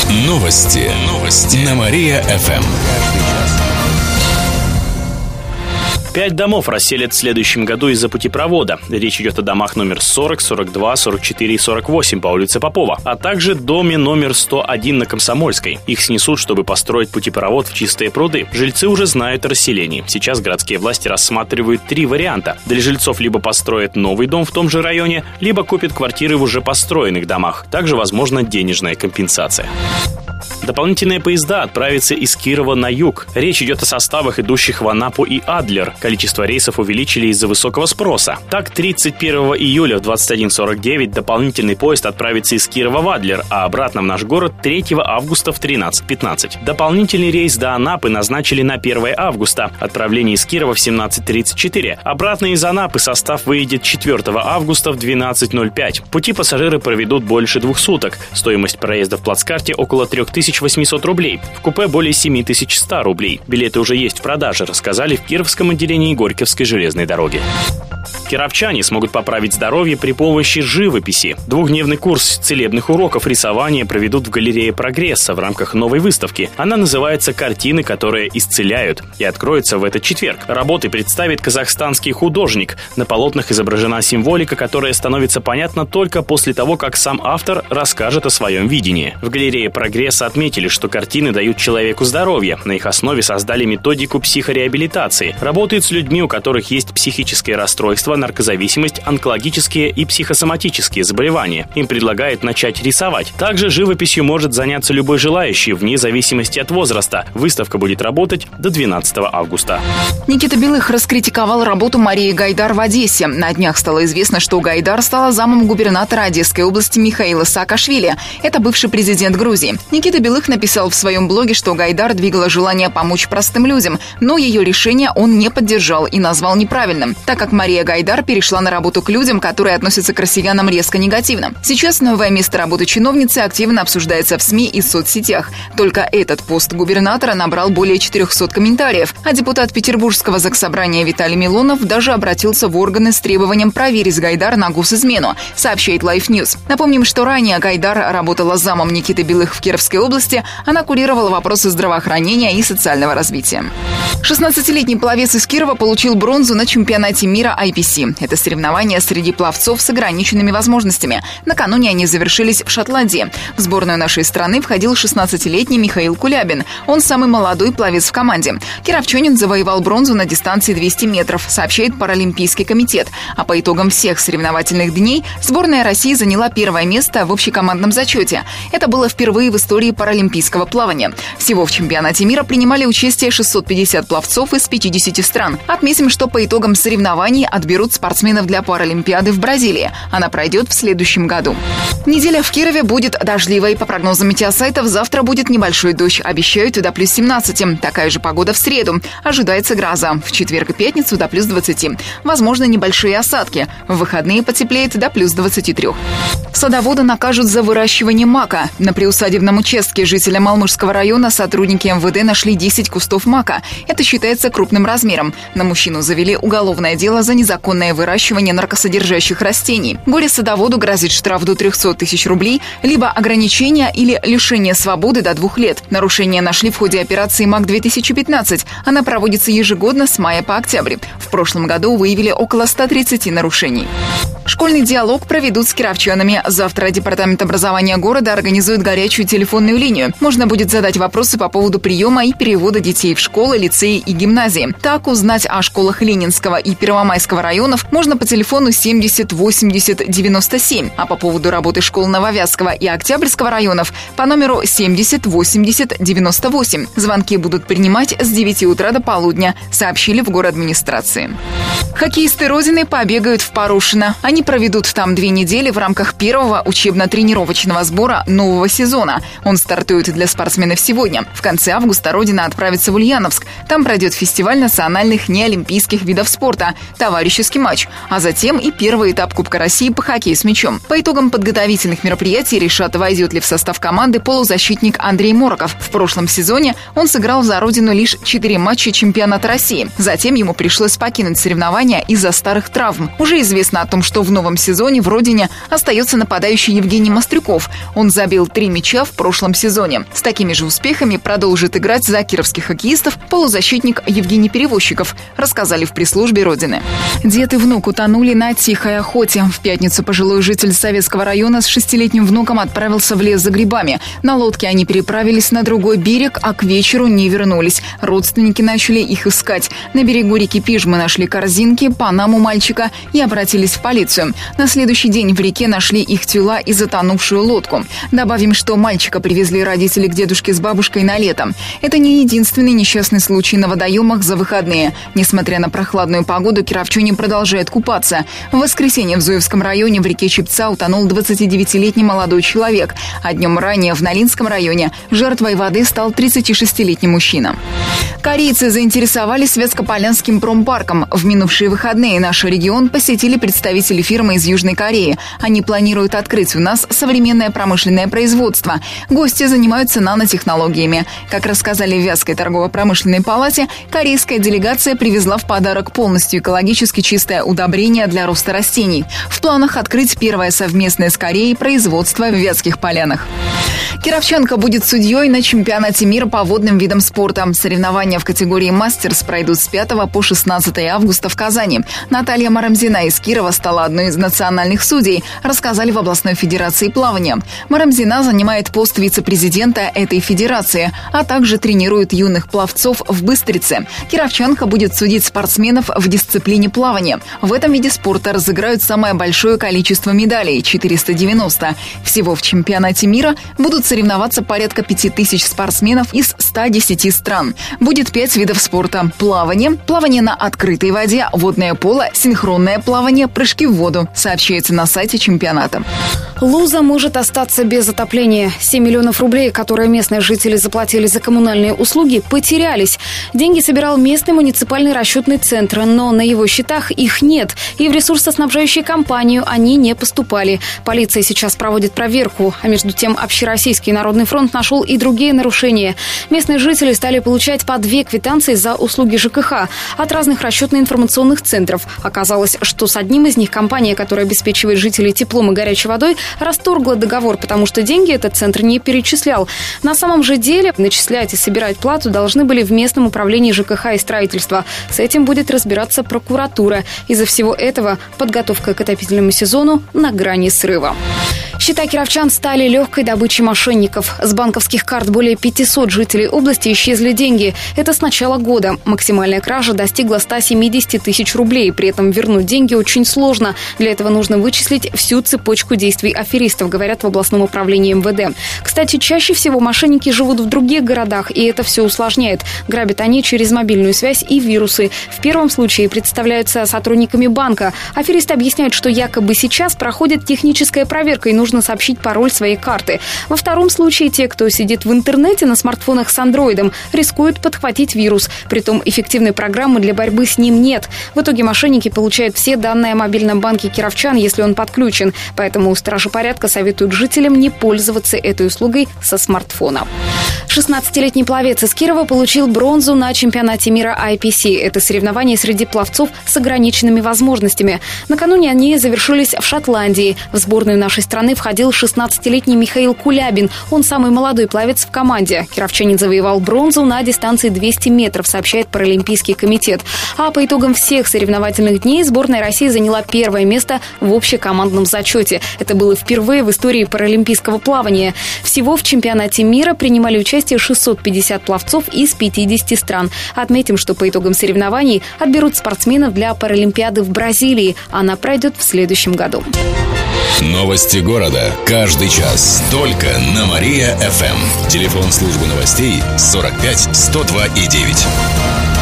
Новости на Мария-ФМ. 5 домов расселят в следующем году из-за путепровода. Речь идет о домах номер 40, 42, 44 и 48 по улице Попова, а также доме номер 101 на Комсомольской. Их снесут, чтобы построить путепровод в Чистые пруды. Жильцы уже знают о расселении. Сейчас городские власти рассматривают 3 варианта. Для жильцов либо построят новый дом в том же районе, либо купят квартиры в уже построенных домах. Также возможна денежная компенсация. Дополнительные поезда отправятся из Кирова на юг. Речь идет о составах, идущих в Анапу и Адлер. Количество рейсов увеличили из-за высокого спроса. Так, 31 июля в 21:49 дополнительный поезд отправится из Кирова в Адлер, а обратно в наш город 3 августа в 13:15. Дополнительный рейс до Анапы назначили на 1 августа. Отправление из Кирова в 17:34. Обратно из Анапы состав выйдет 4 августа в 12:05. Пути пассажиры проведут больше 2 суток. Стоимость проезда в плацкарте около 3800 рублей. В купе более 7100 рублей. Билеты уже есть в продаже, рассказали в Кировском отделении Горьковской железной дороги. Кировчане смогут поправить здоровье при помощи живописи. 2-дневный курс целебных уроков рисования проведут в галерее «Прогресса» в рамках новой выставки. Она называется «Картины, которые исцеляют» и откроется в этот четверг. Работы представит казахстанский художник. На полотнах изображена символика, которая становится понятна только после того, как сам автор расскажет о своем видении. В галерее «Прогресса» отметили, что картины дают человеку здоровье. На их основе создали методику психореабилитации. Работают с людьми, у которых есть психические расстройства, наркозависимость, онкологические и психосоматические заболевания. Им предлагают начать рисовать. Также живописью может заняться любой желающий, вне зависимости от возраста. Выставка будет работать до 12 августа. Никита Белых раскритиковал работу Марии Гайдар в Одессе. На днях стало известно, что Гайдар стала замом губернатора Одесской области Михаила Саакашвили. Это бывший президент Грузии. Никита Белых написал в своем блоге, что Гайдар двигала желание помочь простым людям, но ее решение он не поддержал и назвал неправильным, так как Мария Гайдар перешла на работу к людям, которые относятся к россиянам резко негативно. Сейчас новое место работы чиновницы активно обсуждается в СМИ и соцсетях. Только этот пост губернатора набрал более 400 комментариев, а депутат Петербургского заксобрания Виталий Милонов даже обратился в органы с требованием проверить Гайдар на госизмену, сообщает Life News. Напомним, что ранее Гайдар работала замом Никиты Белых в Кировской области, она курировала вопросы здравоохранения и социального развития. 16-летний пловец из Кирова получил бронзу на чемпионате мира IPC. Это соревнования среди пловцов с ограниченными возможностями. Накануне они завершились в Шотландии. В сборную нашей страны входил 16-летний Михаил Кулябин. Он самый молодой пловец в команде. Кировчанин завоевал бронзу на дистанции 200 метров, сообщает Паралимпийский комитет. А по итогам всех соревновательных дней сборная России заняла 1 место в общекомандном зачете. Это было впервые в истории паралимпийского плавания. Всего в чемпионате мира принимали участие 650 пловцов из 50 стран. Отметим, что по итогам соревнований отберут спортсменов для Паралимпиады в Бразилии. Она пройдет в следующем году. Неделя в Кирове будет дождливой. По прогнозам метеосайтов, завтра будет небольшой дождь. Обещают до плюс 17. Такая же погода в среду. Ожидается гроза. В четверг и пятницу до плюс 20. Возможно, небольшие осадки. В выходные потеплеет до плюс 23. Садовода накажут за выращивание мака. На приусадебном участке жителя Малмышского района сотрудники МВД нашли 10 кустов мака. Это считается крупным размером. На мужчину завели уголовное дело за незаконное выращивание наркосодержащих растений. Горе-садоводу грозит штраф до 300 тысяч рублей, либо ограничение или лишение свободы до 2 лет. Нарушения нашли в ходе операции МАК-2015. Она проводится ежегодно с мая по октябрь. В прошлом году выявили около 130 нарушений. Школьный диалог проведут с кировчанами. Завтра Департамент образования города организует горячую телефонную линию. Можно будет задать вопросы по поводу приема и перевода детей в школы, лицеи и гимназии. Так, узнать о школах Ленинского и Первомайского районов можно по телефону 70 80 97, а по поводу работы школ Нововязского и Октябрьского районов по номеру 70 80 98. Звонки будут принимать с 9 утра до полудня, сообщили в городадминистрации. Хоккеисты Родины побегают в Порошино. Они проведут там 2 недели в рамках первого учебно-тренировочного сбора нового сезона. Он стартует для спортсменов сегодня. В конце августа Родина отправится в Ульяновск. Там пройдет фестиваль национальных неолимпийских видов спорта «Товарищеский матч», а затем и первый этап Кубка России по хоккею с мячом. По итогам подготовительных мероприятий решат, войдет ли в состав команды полузащитник Андрей Мороков. В прошлом сезоне он сыграл за Родину лишь 4 матча чемпионата России. Затем ему пришлось покинуть соревнования из-за старых травм. Уже известно о том, что в новом сезоне в Родине остается нападающий Евгений Мастрюков. Он забил 3 мяча в прошлом сезоне. сезоне. С такими же успехами продолжит играть за кировских хоккеистов полузащитник Евгений Перевозчиков, рассказали в пресс-службе Родины. Дед и внук утонули на тихой охоте. В пятницу пожилой житель Советского района с 6-летним внуком отправился в лес за грибами. На лодке они переправились на другой берег, а к вечеру не вернулись. Родственники начали их искать. На берегу реки Пижмы нашли корзинки, панаму мальчика и обратились в полицию. На следующий день в реке нашли их тела и затонувшую лодку. Добавим, что мальчика привезли родители к дедушке с бабушкой на лето. Это не единственный несчастный случай на водоемах за выходные. Несмотря на прохладную погоду, кировчане продолжают купаться. В воскресенье в Зуевском районе в реке Чепца утонул 29-летний молодой человек. А днем ранее в Нолинском районе жертвой воды стал 36-летний мужчина. Корейцы заинтересовались Вятскополянским промпарком. В минувшие выходные наш регион посетили представители фирмы из Южной Кореи. Они планируют открыть у нас современное промышленное производство. Гости занимаются нанотехнологиями. Как рассказали в Вятской торгово-промышленной палате, корейская делегация привезла в подарок полностью экологически чистое удобрение для роста растений. В планах открыть первое совместное с Кореей производство в Вятских Полянах. Кировчанка будет судьей на чемпионате мира по водным видам спорта. Соревнования в категории «Мастерс» пройдут с 5 по 16 августа в Казани. Наталья Марамзина из Кирова стала одной из национальных судей, рассказали в областной федерации плавания. Марамзина занимает пост вице-президента этой федерации, а также тренирует юных пловцов в Быстрице. Кировчанка будет судить спортсменов в дисциплине плавания. В этом виде спорта разыграют самое большое количество медалей – 490. Всего в чемпионате мира будут соревноваться порядка 5000 спортсменов из 110 стран. Будет 5 видов спорта: плавание, плавание на открытой воде, водное поло, синхронное плавание, прыжки в воду, сообщается на сайте чемпионата. Луза может остаться без отопления. 7 миллионов рублей, которые местные жители заплатили за коммунальные услуги, потерялись. Деньги собирал местный муниципальный расчетный центр, но на его счетах их нет. И в ресурсоснабжающую компанию они не поступали. Полиция сейчас проводит проверку. А между тем Общероссийский народный фронт нашел и другие нарушения. Местные жители стали получать по 2 квитанции за услуги ЖКХ от разных расчетно-информационных центров. Оказалось, что с одним из них компания, которая обеспечивает жителей теплом и горячей водой, расторгла договор, потому что деньги этот центр не перечислял. На самом же деле начислять и собирать плату должны были в местном управлении ЖКХ и строительства. С этим будет разбираться прокуратура. Из-за всего этого подготовка к отопительному сезону на грани срыва. Счета кировчан стали легкой добычей мошенников. С банковских карт более 500 жителей области исчезли деньги. Это с начала года. Максимальная кража достигла 170 тысяч рублей. При этом вернуть деньги очень сложно. Для этого нужно вычислить всю цепочку действий аферистов, говорят в областном управлении МВД. Кстати, чаще всего мошенники живут в других городах, и это все усложняет. Грабят они через мобильную связь и вирусы. В первом случае представляются сотрудниками банка. Аферисты объясняют, что якобы сейчас проходит техническая проверка и нужно сообщить пароль своей карты. Во втором случае те, кто сидит в интернете на смартфонах с андроидом, рискуют подхватить вирус. Притом эффективной программы для борьбы с ним нет. В итоге мошенники получают все данные о мобильном банке кировчан, если он подключен. Поэтому стражи порядка советуют жителям не пользоваться этой услугой со смартфона. 16-летний пловец из Кирова получил бронзу на чемпионате мира IPC. Это соревнование среди пловцов с ограниченными возможностями. Накануне они завершились в Шотландии. В сборную нашей страны входил 16-летний Михаил Кулябин. Он самый молодой пловец в команде. Кировчанин завоевал бронзу на дистанции 200 метров, сообщает Паралимпийский комитет. А по итогам всех соревновательных дней сборная России заняла первое место в общекомандном зачете. Это было впервые в истории паралимпийского плавания. Всего в чемпионате мира принимали участие 650 пловцов из 50 стран. Отметим, что по итогам соревнований отберут спортсменов для Паралимпиады в Бразилии. Она пройдет в следующем году. Новости города. Каждый час. Только на Мария-ФМ. Телефон службы новостей 45 102 и 9.